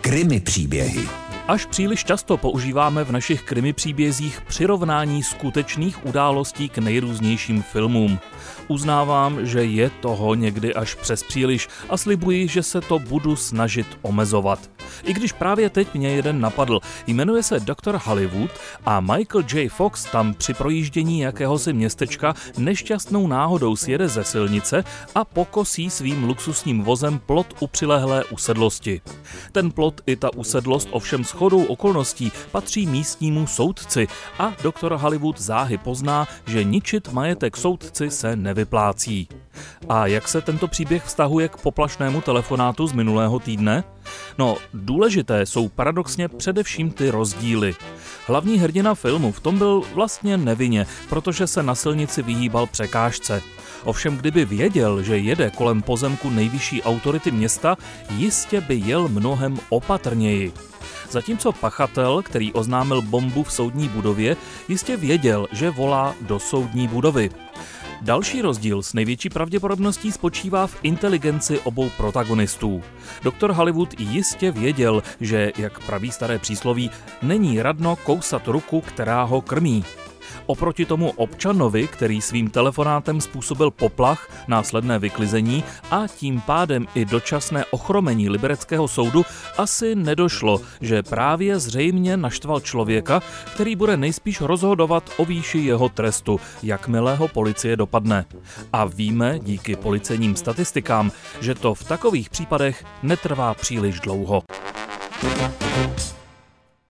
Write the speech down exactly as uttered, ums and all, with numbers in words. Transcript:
Krimi příběhy. Až příliš často používáme v našich krimi příbězích přirovnání skutečných událostí k nejrůznějším filmům. Uznávám, že je toho někdy až přes příliš a slibuji, že se to budu snažit omezovat. I když právě teď mě jeden napadl. Jmenuje se doktor Hollywood a Michael J. Fox tam při projíždění jakéhosi městečka nešťastnou náhodou sjede ze silnice a pokosí svým luxusním vozem plot u přilehlé usedlosti. Ten plot i ta usedlost ovšem shodou okolností patří místnímu soudci a doktor Hollywood záhy pozná, že ničit majetek soudci se nevyplácí. A jak se tento příběh vztahuje k poplašnému telefonátu z minulého týdne? No, důležité jsou paradoxně především ty rozdíly. Hlavní hrdina filmu v tom byl vlastně nevinně, protože se na silnici vyhýbal překážce. Ovšem kdyby věděl, že jede kolem pozemku nejvyšší autority města, jistě by jel mnohem opatrněji. Zatímco pachatel, který oznámil bombu v soudní budově, jistě věděl, že volá do soudní budovy. Další rozdíl s největší pravděpodobností spočívá v inteligenci obou protagonistů. doktor Hollywood jistě věděl, že, jak praví staré přísloví, není radno kousat ruku, která ho krmí. Oproti tomu občanovi, který svým telefonátem způsobil poplach, následné vyklizení a tím pádem i dočasné ochromení libereckého soudu, asi nedošlo, že právě zřejmě naštval člověka, který bude nejspíš rozhodovat o výši jeho trestu, jakmile ho policie dopadne. A víme, díky policejním statistikám, že to v takových případech netrvá příliš dlouho.